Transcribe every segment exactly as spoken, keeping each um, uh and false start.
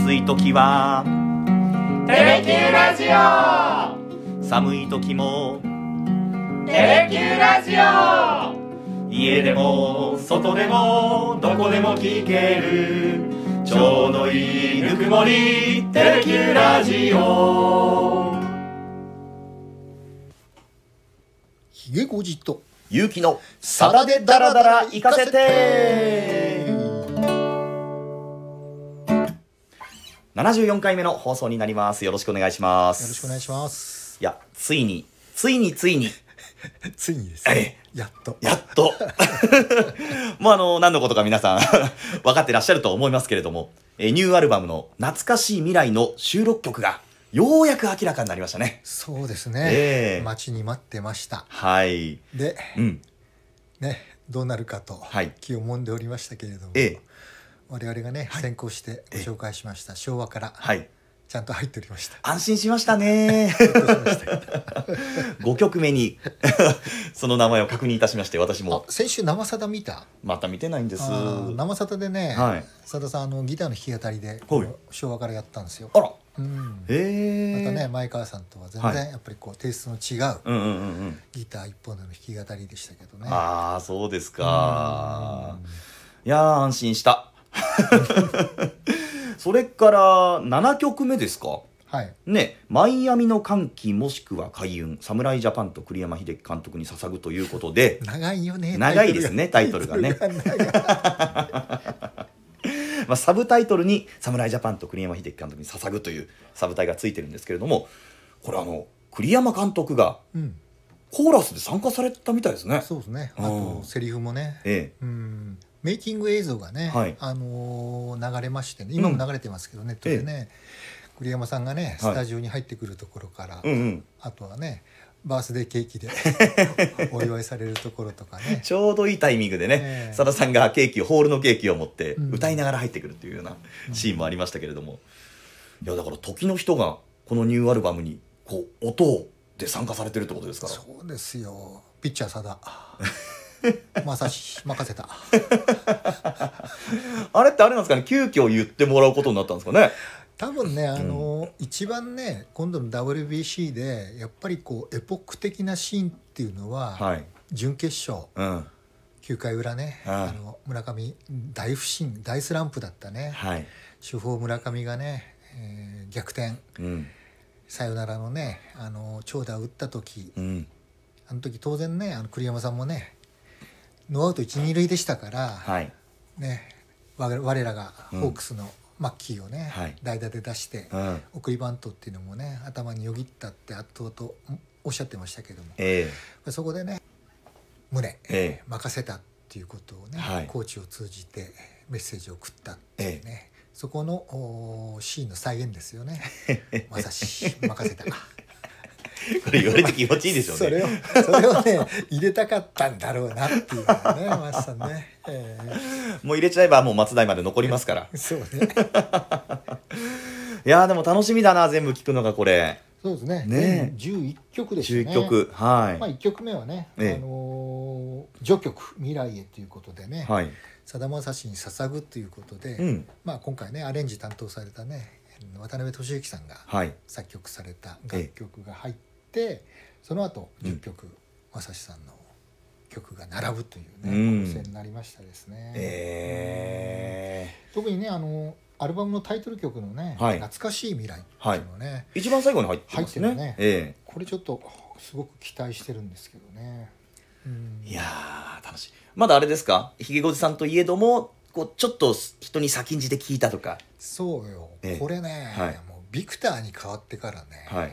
暑い時はテレキューラジオ、 寒い時もテレキューラジオ、 家でも外でもどこでも聞けるちょうどいいぬくもりテレキューラジオ。 ひげごじとゆうきのさだでダラダラ行かせてななじゅうよんかいめの放送になります。よろしくお願いします。 よろしくお願いします。 いや、ついについについについにですね、やっとやっともうあの何のことか皆さん分かってらっしゃると思いますけれども、えニューアルバムの懐かしい未来の収録曲がようやく明らかになりましたね。 そうですね、 えー、 待ちに待ってました。 はいで、 うんね、どうなるかと気をもんでおりましたけれども、 えー、 我々がね、 はい、 先行してご紹介しました昭和から、 はい、 ちゃんと入っておりました。 安心しましたねごきょくめにその名前を確認いたしまして、私も先週生サダ見た？ また見てないんです。 生サダでね、 はい、 さださんあのギターの弾き語りで昭和からやったんですよ。 あら、 うん、 へまたね、前川さんとは全然やっぱりこうテイストの違うギター一本での弾き語りでしたけどね。 ああ、そうですか。いやー、安心したそれからななきょくめですか。 はいね、マイアミの歓喜もしくは開運、侍ジャパンと栗山英樹監督に捧ぐということで、 長いよね。 長いですね、タイトルがねまあ、サブタイトルに侍ジャパンと栗山英樹監督に捧ぐというサブタイがついてるんですけれども、これあの栗山監督がコーラスで参加されたみたいですね。 そうですね。あとセリフもね、 ええ、 うんメイキング映像がね、はい、あのー、流れましてね、今も流れてますけど、うん、ネットでね、ええ、栗山さんがねスタジオに入ってくるところから、はい、うんうん、あとはねバースデーケーキでお祝いされるところとかねちょうどいいタイミングでね、さだ、えー、さんがケーキをホールのケーキを持って歌いながら入ってくるっていうようなシーンもありましたけれども、うん、いやだから時の人がこのニューアルバムにこう音で参加されてるってことですから。 そうですよ、ピッチャーさだまさし任せたあれってあれなんですかね、急遽言ってもらうことになったんですかね。 多分ね、あの、うん、一番ね今度の ダブリュービーシー でやっぱりこうエポック的なシーンっていうのは、はい、準決勝、うん、きゅうかい裏ね、うん、あの村上大不振大スランプだったね、はい、主砲村上がね、えー、逆転、うん、サヨナラのねあの長打を打った時、うん、あの時当然ねあの栗山さんもねノーアウトいち、に塁でしたから、はい、ね、我, 我らがホークスのマッキーをね、うん、代打で出して、うん、送りバントっていうのもね頭によぎったって後々おっしゃってましたけども、えー、そこでね宗、えー、任せたっていうことをね、はい、コーチを通じてメッセージを送ったっていうね、えー、そこのシーンの再現ですよねまさし任せたこれ言われて気持ちいいでしょうね。 それをそれをね入れたかったんだろうなっていうのがねマスさんね、えー、もう入れちゃえばもう松代まで残りますからそうねいやでも楽しみだな、全部聞くのがこれ。 そうですね。ね、じゅういっきょくでしたね。 じゅういっきょく、はい。 まあいっきょくめはね、ええ、あのー、序曲未来へということでね、さだまさしに捧ぐということで、うん、まあ今回ねアレンジ担当されたね渡辺俊之さんが作曲された楽曲が入って、ええ、その後じゅっきょく、うん、まさしさんの曲が並ぶというね構成になりましたですね。えー、特にねあのアルバムのタイトル曲のね、はい、懐かしい未来っていうのね、はい、 一番最後に入ってますね。入ってるね、えー、これちょっとすごく期待してるんですけどね。 うん、いやー楽しい。まだあれですか、ひげごじさんといえどもこうちょっと人に先んじて聞いたとか。 そうよ、えー、これね、はい、もうビクターに変わってからね、はい、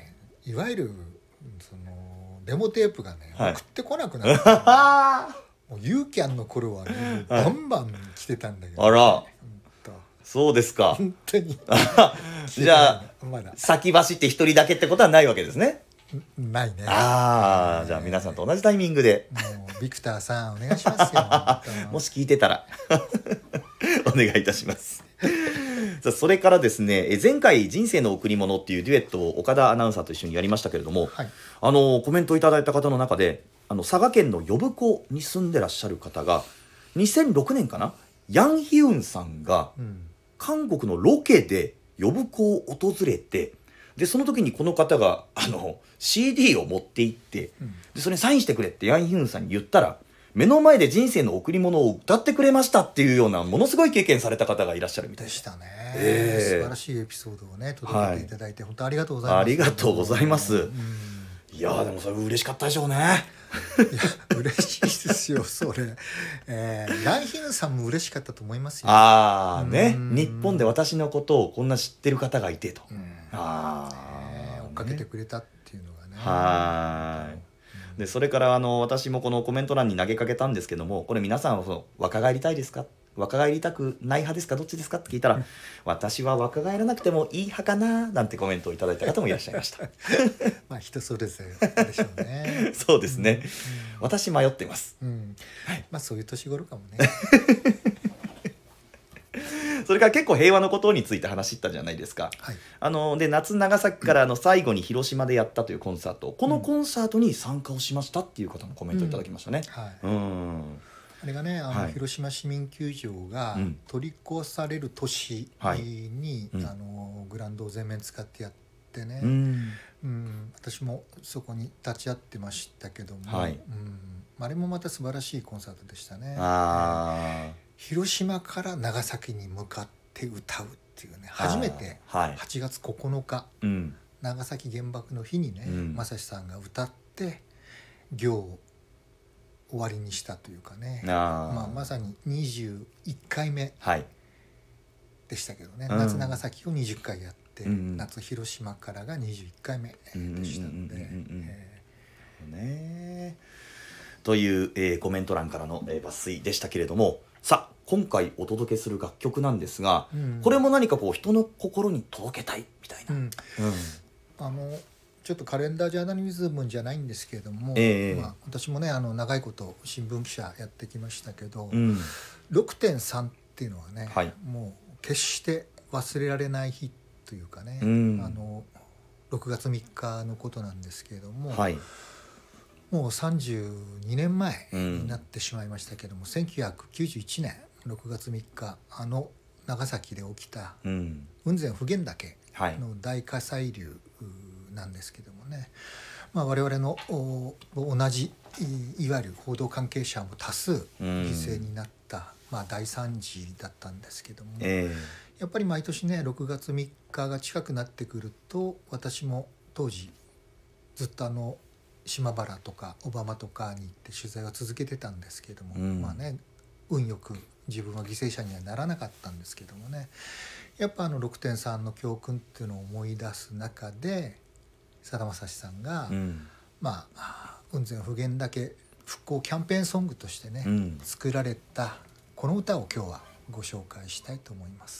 いわゆるそのデモテープがね、はい、送ってこなくなったもうユーキャンの頃はねバンバン来てたんだけど、ね、 あらそうですか。 本当にじゃあ、ま、先走って一人だけってことはないわけですね。 ないね。 ああ、じゃあ皆さんと同じタイミングでもうビクターさんお願いしますよもし聞いてたらお願いいたしますそれからですね、前回人生の贈り物っていうデュエットを岡田アナウンサーと一緒にやりましたけれども、はい、あのコメントいただいた方の中であの佐賀県の呼子に住んでらっしゃる方がにせんろくねんかな、ヤンヒウンさんが、うん、韓国のロケで呼子を訪れて、でその時にこの方があの シーディー を持って行って、うん、でそれにサインしてくれってヤンヒュンさんに言ったら、目の前で人生の贈り物を歌ってくれましたっていうようなものすごい経験された方がいらっしゃるみたいでしたね、 えー、 素晴らしいエピソードをね届けていただいて、はい、本当ありがとうございます。 ありがとうございます、うん、いやでもそれ嬉しかったでしょうね。 いや嬉しいですよそれ、えー、ヤンヒュンさんも嬉しかったと思いますよ。 ああね、日本で私のことをこんな知ってる方がいてと、うん、 ああ、ね、追っかけてくれたっていうのがね。 はい、でそれからあの私もこのコメント欄に投げかけたんですけども、これ皆さんはその若返りたいですか、若返りたくない派ですか、どっちですかって聞いたら私は若返らなくてもいい派かななんてコメントをいただいた方もいらっしゃいましたまあ人それぞれでしょうねそうですね、うんうん、私迷っています、 うんはい、まあそういう年頃かもねそれから結構平和のことについて話したじゃないですか、はい、あので夏長崎からの最後に広島でやったというコンサート、うん、このコンサートに参加をしましたっていう方もコメントいただきましたね、うんはい、うんあれがね、あの、はい、広島市民球場が取り壊される年に、はいうん、あのグラウンドを全面使ってやってね、うんうん、私もそこに立ち会ってましたけども、はいうん、あれもまた素晴らしいコンサートでしたね。あ広島から長崎に向かって歌うっていうね、初めてはちがつここのか、はい、長崎原爆の日にね、うん、正志さんが歌って行を終わりにしたというかね、あ、まあ、まさににじゅういっかいめでしたけどね、はい、夏長崎をにじゅっかいやって、うん、夏広島からがにじゅういっかいめでしたので、 ねという、えー、コメント欄からの、えー、抜粋でしたけれども、さあ今回お届けする楽曲なんですが、うん、これも何かこう人の心に届けたいみたいな、うんうん、 あのちょっとカレンダージャーナリズムじゃないんですけれども、えーまあ、私もねあの長いこと新聞記者やってきましたけど、うん、ろくてんさん っていうのはね、はい、もう決して忘れられない日というかね、うん、あのろくがつみっかのことなんですけれども、はい、もうさんじゅうにねんまえになってしまいましたけども、うん、せんきゅうひゃくきゅうじゅういちねんろくがつみっかあの長崎で起きた雲仙普賢岳の大火砕流なんですけどもね、まあ、我々の同じいわゆる報道関係者も多数犠牲になった、うんまあ、大惨事だったんですけども、えー、やっぱり毎年ねろくがつみっかが近くなってくると、私も当時ずっとあの島原とか小浜とかに行って取材を続けてたんですけども、うん、まあね運よく自分は犠牲者にはならなかったんですけどもね、やっぱあの ろくてんさん の教訓っていうのを思い出す中でさだまさしさんが、うん、まあ雲仙普賢岳復興キャンペーンソングとしてね、うん、作られたこの歌を今日はご紹介したいと思います、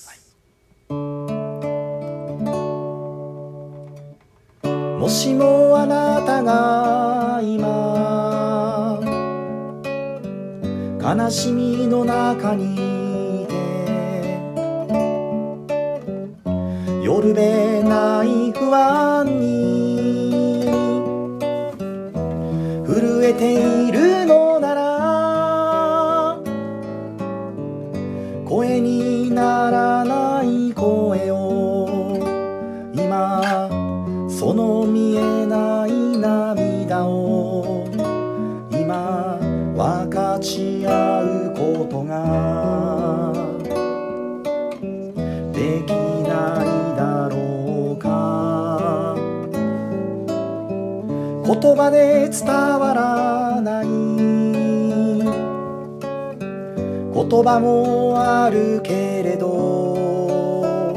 はい、もしもあなたが今悲しみの中にいて、夜べない不安に震えているのなら、声にならない声を今その見えない涙を今分かち合うことができないだろうか。言葉で伝わらない言葉もあるけれど、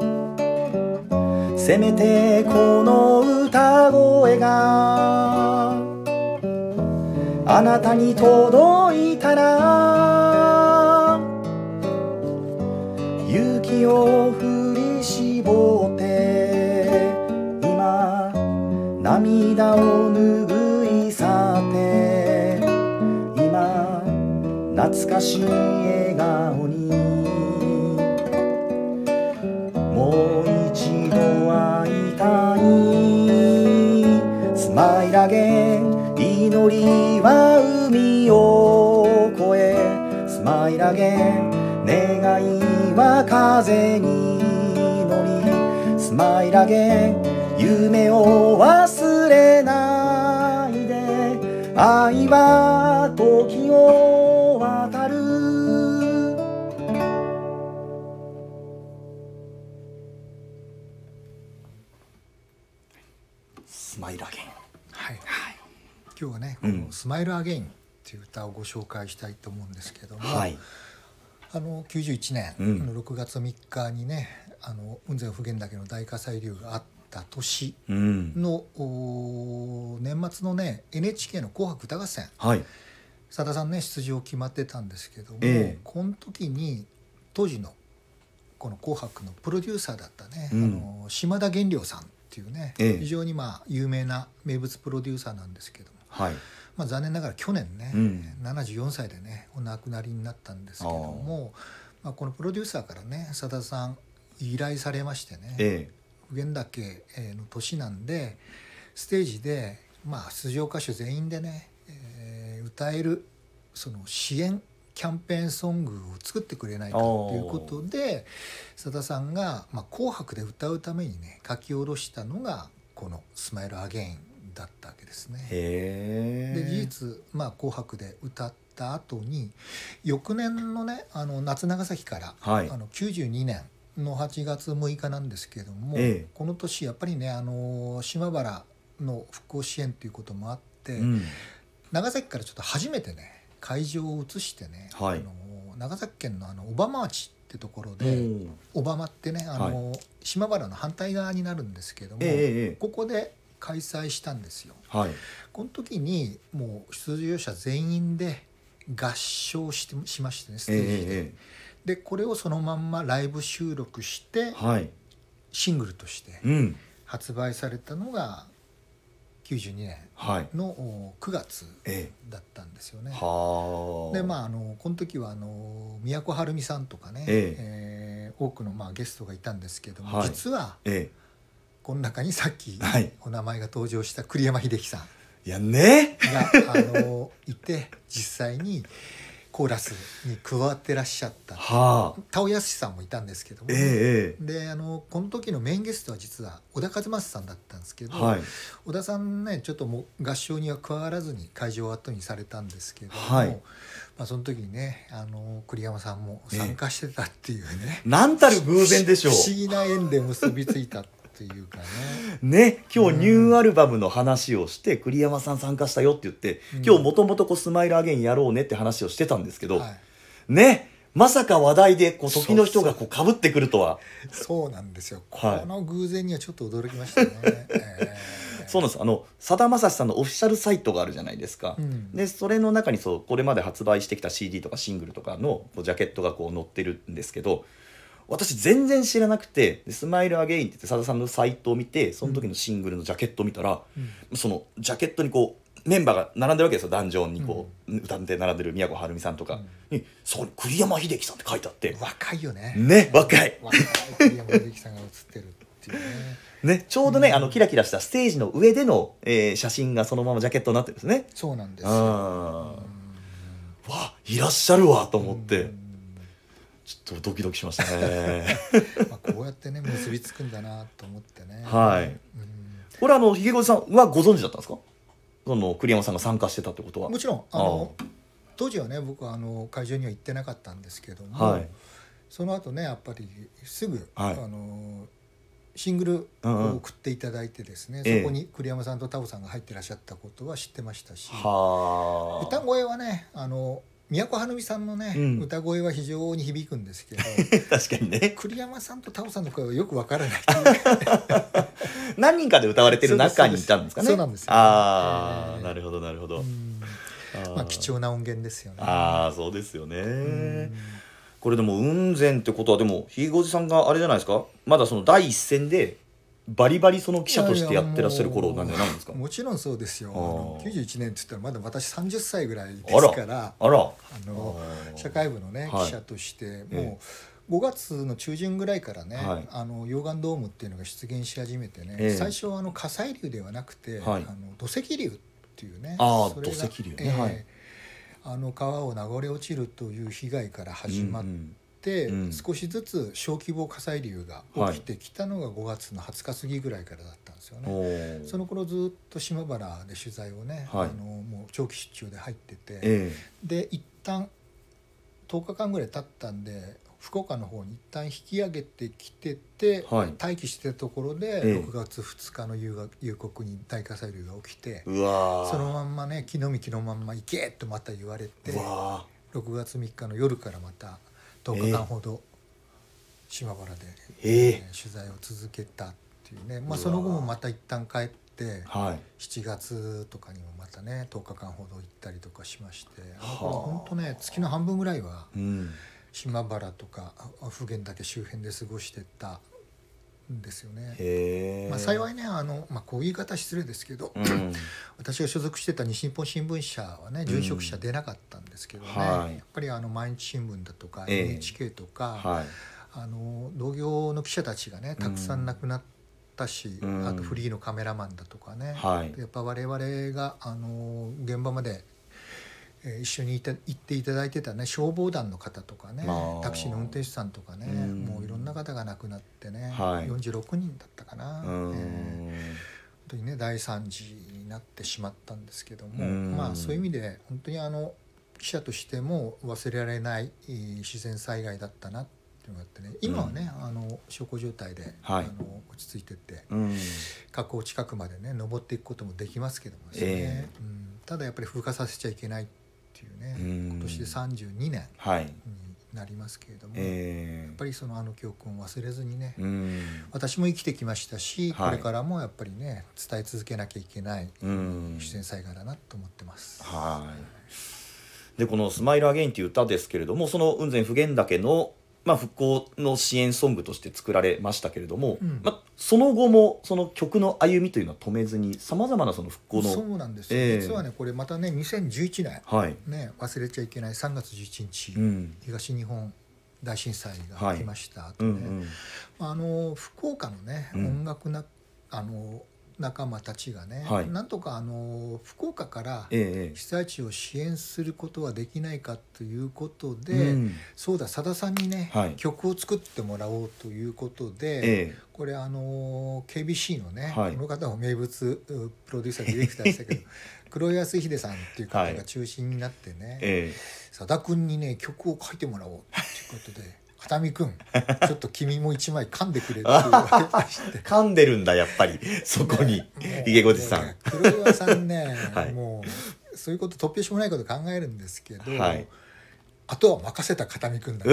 せめてこの歌声があなたに届いたら、勇気を振り絞って今涙を拭い去って、今懐かしい笑顔にもう一度会いたい。スマイルアゲン祈りは海を越え、スマイルアゲン願いは風に乗りスマイルアゲン夢を忘れないで愛は時を渡るスマイルアゲン、 はいはい、今日はねこのスマイルアゲインっていう歌をご紹介したいと思うんですけども、はい、あのきゅうじゅういちねんのろくがつみっかにね、あの雲仙普賢岳の大火砕流があった年の、うん、年末のね エヌエイチケー の紅白歌合戦、はい、さださんね出場決まってたんですけども、えー、この時に当時のこの紅白のプロデューサーだったね、うん、あの島田源良さんっていうね、えー、非常にまあ有名な名物プロデューサーなんですけども、はい、まあ、残念ながら去年ね、うん、ななじゅうよんさいでねお亡くなりになったんですけども、まあ、このプロデューサーからねさださん依頼されましてね、えー、普賢岳の年なんでステージで、まあ、出場歌手全員でね、えー、歌えるその支援キャンペーンソングを作ってくれないかということでさださんが、まあ、紅白で歌うためにね書き下ろしたのがこの「スマイルアゲイン」だったわけですね。へで事実、まあ、紅白で歌った後に翌年のねあの夏長崎から、はい、あのきゅうじゅうにねんのはちがつむいかなんですけれども、えー、この年やっぱりねあの島原の復興支援ということもあって、うん、長崎からちょっと初めてね会場を移してね、はい、あの長崎県のあの小浜町ってところで、うん、小浜ってねあの、はい、島原の反対側になるんですけども、えー、ここで開催したんですよ、はい、この時にもう出場者全員で合唱してしましてねステージで、えー、でこれをそのまんまライブ収録して、はい、シングルとして発売されたのがきゅうじゅうにねんのくがつだったんですよね、えー、でまああのこの時はあの都はるみさんとかね、えーえー、多くのまあゲストがいたんですけども、はい、実は、えーこの中にさっきお名前が登場した栗山英樹さんいやねがあのいて実際にコーラスに加わってらっしゃった、はあ、田尾康さんもいたんですけども、ねえー、であのこの時のメインゲストは実は小田和正さんだったんですけど、はい、小田さんねちょっともう合唱には加わらずに会場を後にされたんですけども、はい、まあ、その時にねあの栗山さんも参加してたっていうね、 えー、なんたる偶然でしょう。 不思議な縁で結びついたっていうかねね、今日ニューアルバムの話をして、うん、栗山さん参加したよって言って、うん、今日もともとスマイルアゲインやろうねって話をしてたんですけど、はい、ねまさか話題でこう時の人がこう被ってくるとは。 そうなんですよ、はい、この偶然にはちょっと驚きましたね、えー、そうなんです。あのさだまさしさんのオフィシャルサイトがあるじゃないですか、うん、でそれの中にそうこれまで発売してきた シーディー とかシングルとかのこうジャケットがこう載ってるんですけど、私全然知らなくてスマイルアゲインって言ってさださんのサイトを見てその時のシングルのジャケットを見たら、うん、そのジャケットにこうメンバーが並んでるわけですよ。壇上にこう、うん、歌って並んでる都はるみさんとかに、うん、そこに栗山英樹さんって書いてあって、 若いよねね若い若い栗山英樹さんが写ってるっていうねね、ちょうどね、うん、あのキラキラしたステージの上での、えー、写真がそのままジャケットになってるんですね。 そうなんですよ、うん、 わいらっしゃるわと思って、うんちょっとドキドキしましたねまあこうやってね結びつくんだなと思ってね。 はい、うん、これあのひげごじさんはご存知だったんですか、その栗山さんが参加してたってことは。 もちろんあの当時はね僕はあの会場には行ってなかったんですけども、はい、その後ねやっぱりすぐ、はい、あのシングルを送っていただいてですね、うんうん、そこに栗山さんと田尾さんが入ってらっしゃったことは知ってましたし、は歌声はねあの都はるみさんのね、うん、歌声は非常に響くんですけど確かにね栗山さんと田尾さんの声はよく分からない何人かで歌われてる中にいたんですかね。 そうなんですよ、ね、 ああ、えー、なるほどなるほど、 まあ貴重な音源ですよね。 ああそうですよね。これでも雲仙ってことはでもひげごじさんがあれじゃないですか、まだその第一線でバリバリその記者としてやってらっしゃる頃なんじゃないんですか。 も, もちろんそうですよ。あのきゅうじゅういちねんって言ったらまだ私さんじゅっさいぐらいですから、 あらあの社会部のね、はい、記者としてもうごがつの中旬ぐらいからね、はい、あの溶岩ドームっていうのが出現し始めてね、えー、最初はあの火砕流ではなくて、はい、あの土石流っていうね、 あ土石流ね、 えーはい、あの川を流れ落ちるという被害から始まって、うんうんて、うん、少しずつ小規模火砕流が起きてきたのがごがつのはつか過ぎぐらいからだったんですよね。その頃ずっと島原で取材をね、はい、あのもう長期出張で入ってて、えー、で一旦とおかかんぐらい経ったんで福岡の方に一旦引き上げてきてて、はい、待機してたところで、えー、ろくがつふつかの夕刻に大火砕流が起きて、うわそのまんまね気の身気のまんま行けとまた言われて、うわろくがつみっかの夜からまたとおかかんほど島原で、えーえー、取材を続けたっていうね、まあ、その後もまた一旦帰って、はい、しちがつとかにもまたねとおかかんほど行ったりとかしまして、あの頃本当ね月の半分ぐらいは、うん島原とか普賢岳周辺で過ごしてたんですよね。へまあ、幸いねあの、まあ、こういう言い方失礼ですけど、うん、私が所属してた西日本新聞社はね殉職者出なかったんですけどね、うんはい、やっぱりあの毎日新聞だとか エヌエイチケー とか、はい、あの同業の記者たちがねたくさん亡くなったし、うん、あとフリーのカメラマンだとかね、はい、やっぱ我々があの現場まで一緒にいた行っていただいてたね消防団の方とかねタクシーの運転手さんとかね、うん、もういろんな方が亡くなってね、はい、よんじゅうろくにんだったかな、えー、本当にね大惨事になってしまったんですけども、まあそういう意味で本当にあの記者としても忘れられない自然災害だったなっていうのがあってね、今はね、うん、あの小康状態で、はい、あの落ち着いてて、うん、火口近くまでね登っていくこともできますけどもですね、えーうん、ただやっぱり風化させちゃいけないっていうね、今年でさんじゅうにねんになりますけれども、はいえー、やっぱりそのあの教訓を忘れずにね、私も生きてきましたし、はい、これからもやっぱりね伝え続けなきゃいけない自然災害だなと思ってます。 はいでこの「スマイルアゲイン」という歌ですけれども、その雲仙普賢岳のまあ、復興の支援ソングとして作られましたけれども、うんまあ、その後もその曲の歩みというのは止めずにさまざまなその復興のそうなんですよ、えー、実はねこれまたねにせんじゅういちねん、はいね、忘れちゃいけないさんがつじゅういちにち、うん、東日本大震災が起きました、はいあとねうんうん、あの福岡のね、うん、音楽なあの仲間たちがね、はい、なんとかあの福岡から被災地を支援することはできないかということで、ええ、そうださださんにね、はい、曲を作ってもらおうということで、ええ、これあの ケービーシー のね、はい、この方も名物プロデューサーディレクターでしたけど黒井康秀さんっていう方が中心になってね、さだくんにね曲を書いてもらおうということで片見くんちょっと君も一枚噛んでくれって言われまして噛んでるんだやっぱりそこにひげごじさん、 ね、黒岩さんね、はい、もうそういうこと突拍子もないこと考えるんですけど、はい、あとは任せた片見くんだ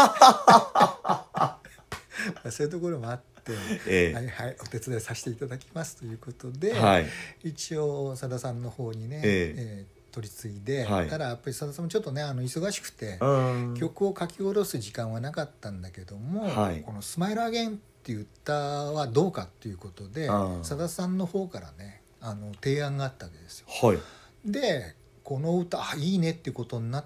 そういうところもあって、ええ、はいはいお手伝いさせていただきますということで、はい、一応さださんの方にね、えええー取り継いで、はい、ただやっぱりさださんもちょっとねあの忙しくて曲を書き下ろす時間はなかったんだけども、はい、この「スマイルアゲイン」っていう歌はどうかっていうことでさださんの方からねあの提案があったわけですよ、はい、でこの歌あいいねっていうことになって、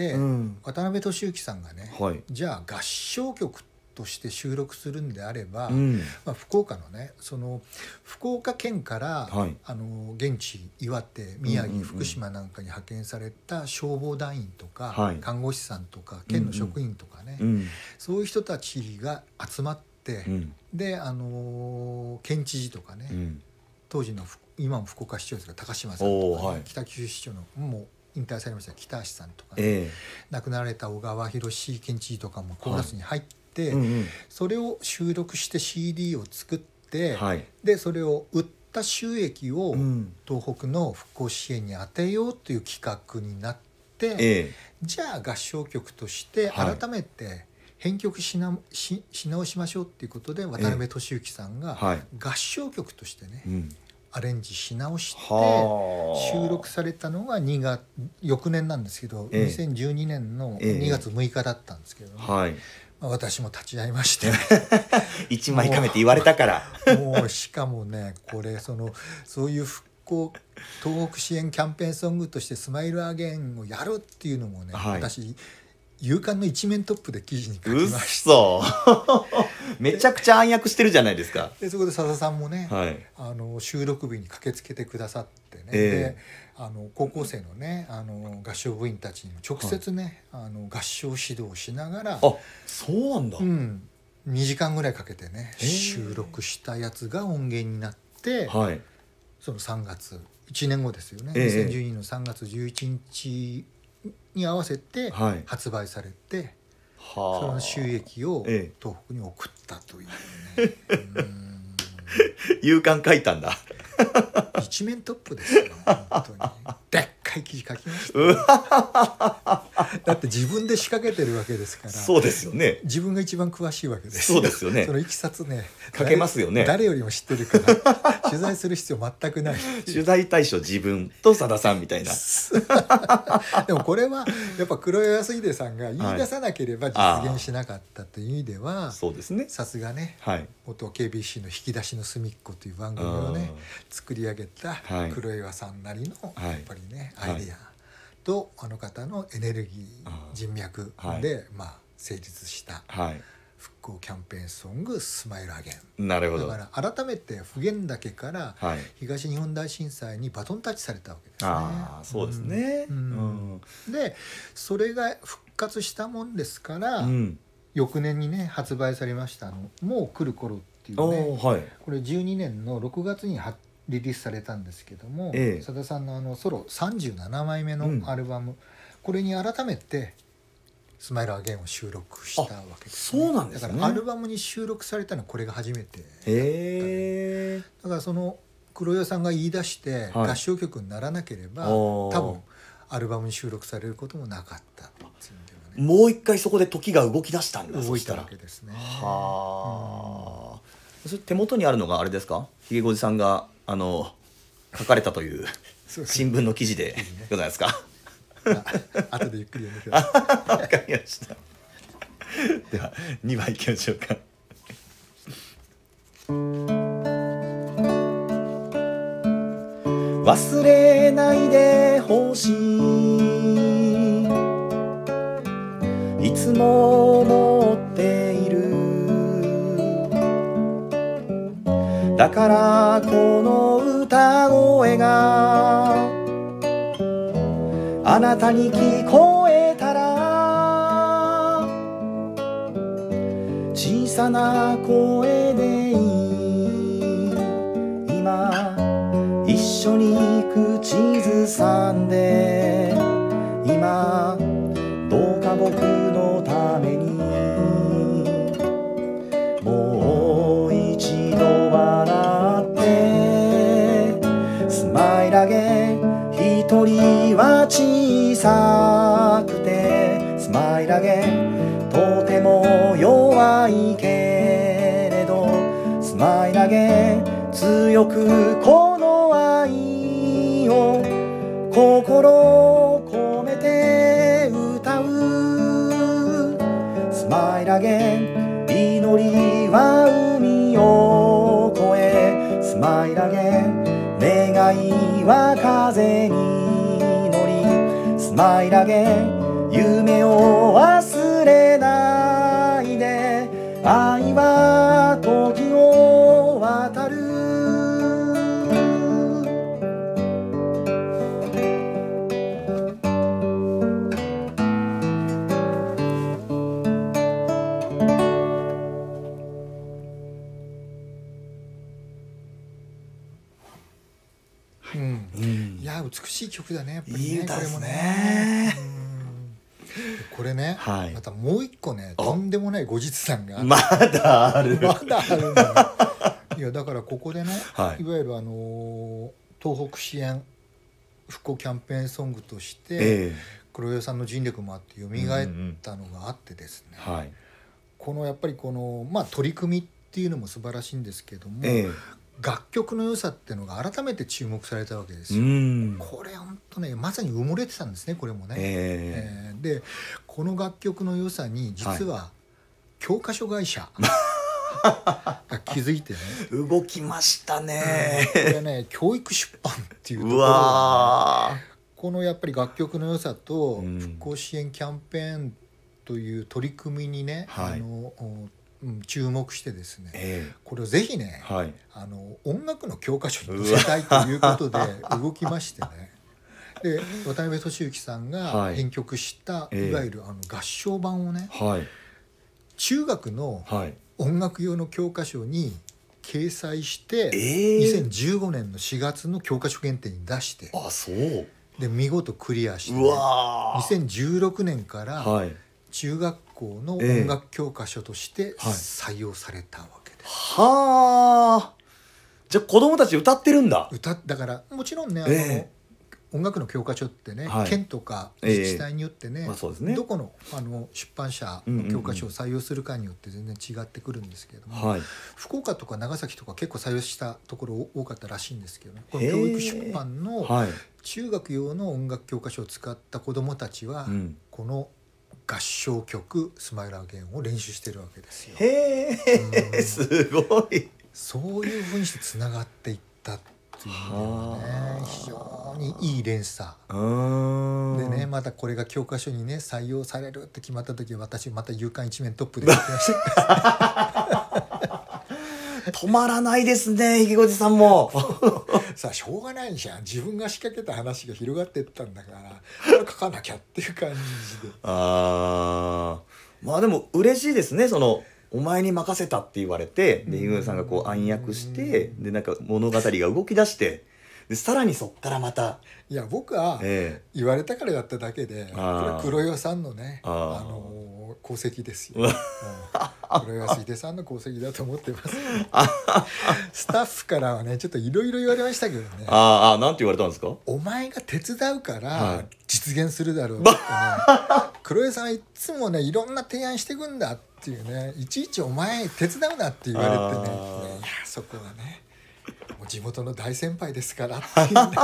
うん、渡辺俊之さんがね、はい、じゃあ合唱曲として収録するんであれば、うんまあ、福岡のねその福岡県から、はい、あの現地岩手宮城、うんうんうん、福島なんかに派遣された消防団員とか、はい、看護師さんとか県の職員とかね、うんうん、そういう人たちが集まって、うん、であの県知事とかね、うん、当時の今も福岡市長ですが高島さんとか、ねはい、北九州市長のもう引退されました北橋さんとか、ねえー、亡くなられた小川博県知事とかもコーラスに入って、はいうんうん、それを収録して シーディー を作って、はい、でそれを売った収益を東北の復興支援に充てようという企画になって、ええ、じゃあ合唱曲として改めて編曲しな、し、し直しましょうっていうことで渡辺俊之さんが合唱曲としてね、ええうんアレンジし直して収録されたのがにがつ翌年なんですけど、ええ、にせんじゅうにねんのにがつむいかだったんですけど、ねえはいまあ、私も立ち会いまして一枚かめて言われたからもうしかもねこれそのそういう復興東北支援キャンペーンソングとしてスマイルアゲインをやるっていうのもね、はい、私夕刊の一面トップで記事に書きました。 うっそめちゃくちゃ暗躍してるじゃないですか。 でそこでさださんもね、 はい、 あの収録日に駆けつけてくださってね、 えー、 であの高校生のねあの合唱部員たちにも直接ね、はい、あの合唱指導しながら、 あ、そうなんだ、 うん、にじかんぐらいかけてね収録したやつが音源になって、はい、そのさんがついちねんごですよね、えー、にせんじゅうにねんのさんがつじゅういちにちに合わせて発売されて、はい、その収益を東北に送ったというね、えー、うーん夕刊書いたんだ一面トップですよ本当にでっかい記事書きました、ね、だって自分で仕掛けてるわけですから。 そうですよね、 自分が一番詳しいわけですよ。 そうですよね。 そのいきさつね書けますよね。 誰よりも知ってるから取材する必要全くない取材対象自分とさださんみたいなでもこれはやっぱ黒岩秀さんが言い出さなければ実現しなかったという意味では、はい、 そうですね、 さすがね、 はい、 元 ケービーシー の引き出しの隅っこという番組をね作り上げた黒岩さんなりのやっぱりね、はい、アイデアとあの方のエネルギー人脈で、はい、まあ成立した復興キャンペーンソングスマイルアゲン。 なるほど。 だから改めて普賢岳から東日本大震災にバトンタッチされたわけですね。 ああ、そうですね、うんうん、でそれが復活したもんですから、うん、翌年にね発売されましたあのもう来る頃っていうね、はい、これじゅうにねんのろくがつに発リリースされたんですけども、ええ、さださんのあのソロさんじゅうななまいめのアルバム、うん、これに改めてスマイルアゲンを収録したわけです、 ね、そうなんですね。 だからアルバムに収録されたのはこれが初めてだった、 へー。 だからその黒岩さんが言い出して合唱曲にならなければ、はい、多分アルバムに収録されることもなかったっていう意味ではね。もう一回そこで時が動き出したんだ。 動いたわけですね。 はあ、うん、それ手元にあるのがあれですか、ひげごじさんがあの書かれたという新聞の記事でございますか。 あとでゆっくり読んでください。 わかりました。ではにばんいきましょうか。忘れないでほしい、いつも思っている、だからこの歌声があなたに聞こえたら、小さな声でいい、今一緒に口ずさんで、今どうか僕のためにもう一度笑って、スマイルアゲン、一人は小さくてスマイルアゲン、とても弱いけれどスマイルアゲン、強くこの愛を心込めて歌う、スマイルアゲン、祈りは海を越え、スマイルアゲン、願いは風に乗り、スマイルアゲン、夢を忘れないで、愛は時を渡る。 うんうん、いや美しい曲だねやっぱりね。 いい歌ですね。 これもね、うん、これね、はい、またもう一個ねとんでもない後日談がまだあるまだあるんだ、ね、いやだからここでね、はい、いわゆるあのー、東北支援復興キャンペーンソングとして、えー、黒岩さんの尽力もあって蘇ったのがあってですね、うんうん、はい、このやっぱりこの、まあ、取り組みっていうのも素晴らしいんですけども、えー楽曲の良さっていうのが改めて注目されたわけですよ。これ本当ねまさに埋もれてたんですねこれもね、えーえー、でこの楽曲の良さに実は教科書会社が気づいてね動きましたね、 うん、これね教育出版っていうところうわこのやっぱり楽曲の良さと復興支援キャンペーンという取り組みにね、 はい、 あのうん、注目してですね、 えー、 これをぜひね、 はい、 あの音楽の教科書に載せたいということで動きましてねで渡辺俊之さんが編曲した、はい、いわゆるあの合唱版をね、はい、中学の音楽用の教科書に掲載して、えー、にせんじゅうごねんのしがつの教科書検定に出して、 あ、そうで見事クリアして、ね、うわにせんじゅうろくねんから中学校の音楽教科書として採用されたわけです。 はあ、じゃあ子供たち歌ってるんだ。 歌だからもちろんね、あの、えー音楽の教科書ってね、はい、県とか自治体によってね、えーまあそうですね、どこ の, あの出版社の教科書を採用するかによって全然違ってくるんですけれども、はい、福岡とか長崎とか結構採用したところ多かったらしいんですけどね、この教育出版の中学用の音楽教科書を使った子どもたちは、うん、この合唱曲スマイルアゲインを練習してるわけですよ。 へー、すごい。 そういうふうにしてつながっていったっていうのはね、非常にいい連鎖でね、またこれが教科書にね採用されるって決まった時は私また夕刊一面トップで書きました止まらないですね、ひげごじさんもさあしょうがないじゃん、自分が仕掛けた話が広がっていったんだから書かなきゃっていう感じであー、まあでも嬉しいですね、そのお前に任せたって言われて、でひげごじさんがこう暗躍して、でなんか物語が動き出して、でさらにそっからまた、 いや僕は言われたからやっただけで、えー、これ黒岩さんのね、あ、あのー、功績ですよ、うん、黒岩秀さんの功績だと思ってますスタッフからはねちょっといろいろ言われましたけどね。 ああ、なんて言われたんですか。 お前が手伝うから実現するだろうってね、はい、黒岩さんはいつもねいろんな提案していくんだっていうね、いちいちお前手伝うなって言われてね、いやそこはねもう地元の大先輩ですからっていうね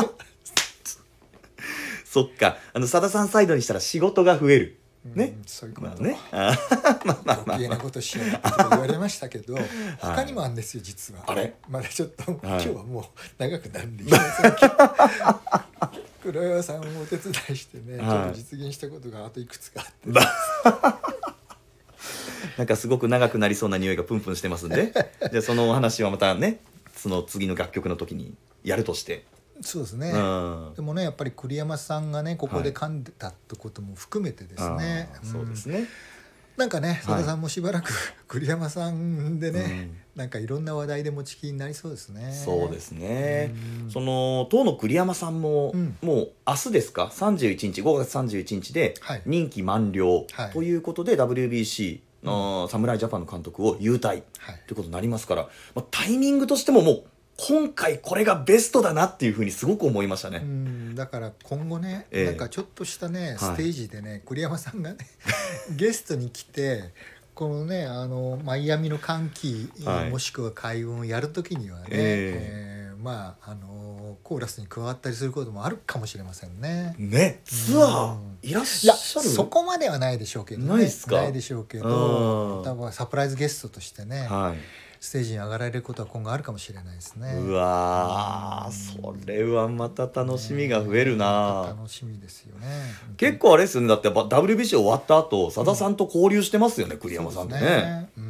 そっか、あの佐田さんサイドにしたら仕事が増えるね、 うん、そういうこと、 まあね、 余計なことしやがってと言われましたけど他にもあるんですよ実は。 あれまだちょっと、はい、今日はもう長くなるんで言いませんけど黒岩さんもお手伝いしてね、はい、ちょっと実現したことがあといくつかあってなんかすごく長くなりそうな匂いがプンプンしてますんでじゃあそのお話はまたね、その次の楽曲の時にやるとして。 そうですね、うん、でもねやっぱり栗山さんがねここで噛んでたってことも含めてですね、 はい、そうですね、 なんかね佐田さんもしばらく栗山さんでね、うん、なんかいろんな話題で持ちきりになりそうですね。 そうですね、うん、その当の栗山さんも、うん、もう明日ですか、さんじゅういちにちごがつさんじゅういちにちで任期満了ということで、はい、ダブリュービーシー の侍ジャパンの監督を勇退、はい、ということになりますから、まあ、タイミングとしてももう今回これがベストだなっていうふうにすごく思いましたね。 うん、だから今後ね、えー、なんかちょっとしたねステージでね、はい、栗山さんがねゲストに来てこのねあのマイアミの歓喜、はい、もしくは海運をやるときにはね、えーえー、まああのコーラスに加わったりすることもあるかもしれませんね。 ね、ツアーいらっしゃる？ いやそこまではないでしょうけどね。 ないですか？ ないでしょうけど、多分サプライズゲストとしてね。はい、ステージに上がられることは今後あるかもしれないですね。 うわー、それはまた楽しみが増えるな、 ね、楽しみですよね。 結構あれですよね、だって ダブリュービーシー 終わった後佐田さんと交流してますよね、うん、栗山さんってね。ね、うん、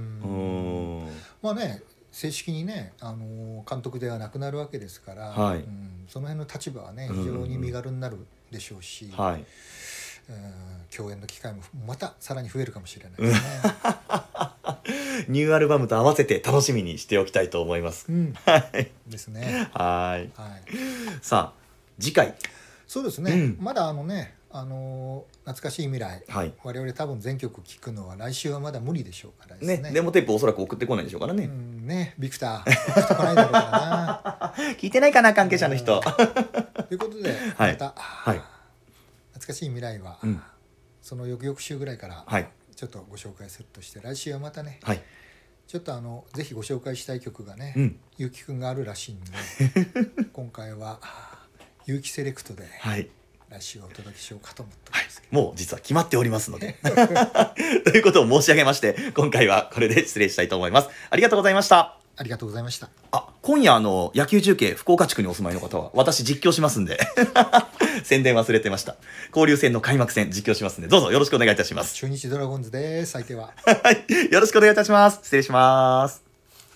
うん、まあね正式にね、あのー、監督ではなくなるわけですから、はい、うん、その辺の立場はね非常に身軽になるでしょうし、うんうん、はい、共演の機会もまたさらに増えるかもしれないですねニューアルバムと合わせて楽しみにしておきたいと思います、うん、 ですね。 はい、はい、さあ次回そうですね、うん、まだあのね、あのー、懐かしい未来、はい、我々多分全曲聴くのは来週はまだ無理でしょうからですね。 ね、デモテープおそらく送ってこないでしょうからね、 うん、ね、ビクター送ってこないだろうからな聞いてないかな関係者の人ということでまた、 はい、 懐かしい未来は、うん、その翌々週ぐらいから、はい、ちょっとご紹介するとして、来週はまたね、はい、ちょっとあのぜひご紹介したい曲がね、うん、ゆうきくんがあるらしいんで今回はゆうきセレクトで、はい、来週はお届けしようかと思っておりますけど、はい、もう実は決まっておりますのでということを申し上げまして、今回はこれで失礼したいと思います。ありがとうございました。 ありがとうございました。 あ、今夜あの野球中継福岡地区にお住まいの方は私実況しますんで宣伝忘れてました。交流戦の開幕戦実況しますんで、どうぞよろしくお願いいたします。 中日ドラゴンズです。相手は。 はい。よろしくお願いいたします。失礼します。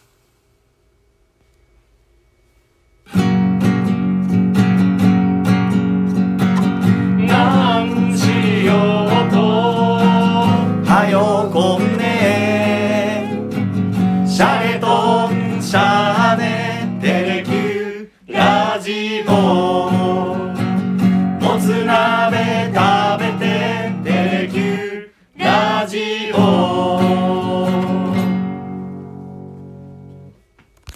なんしようとはよこんねシャレとんシャネテレキューラジオもつな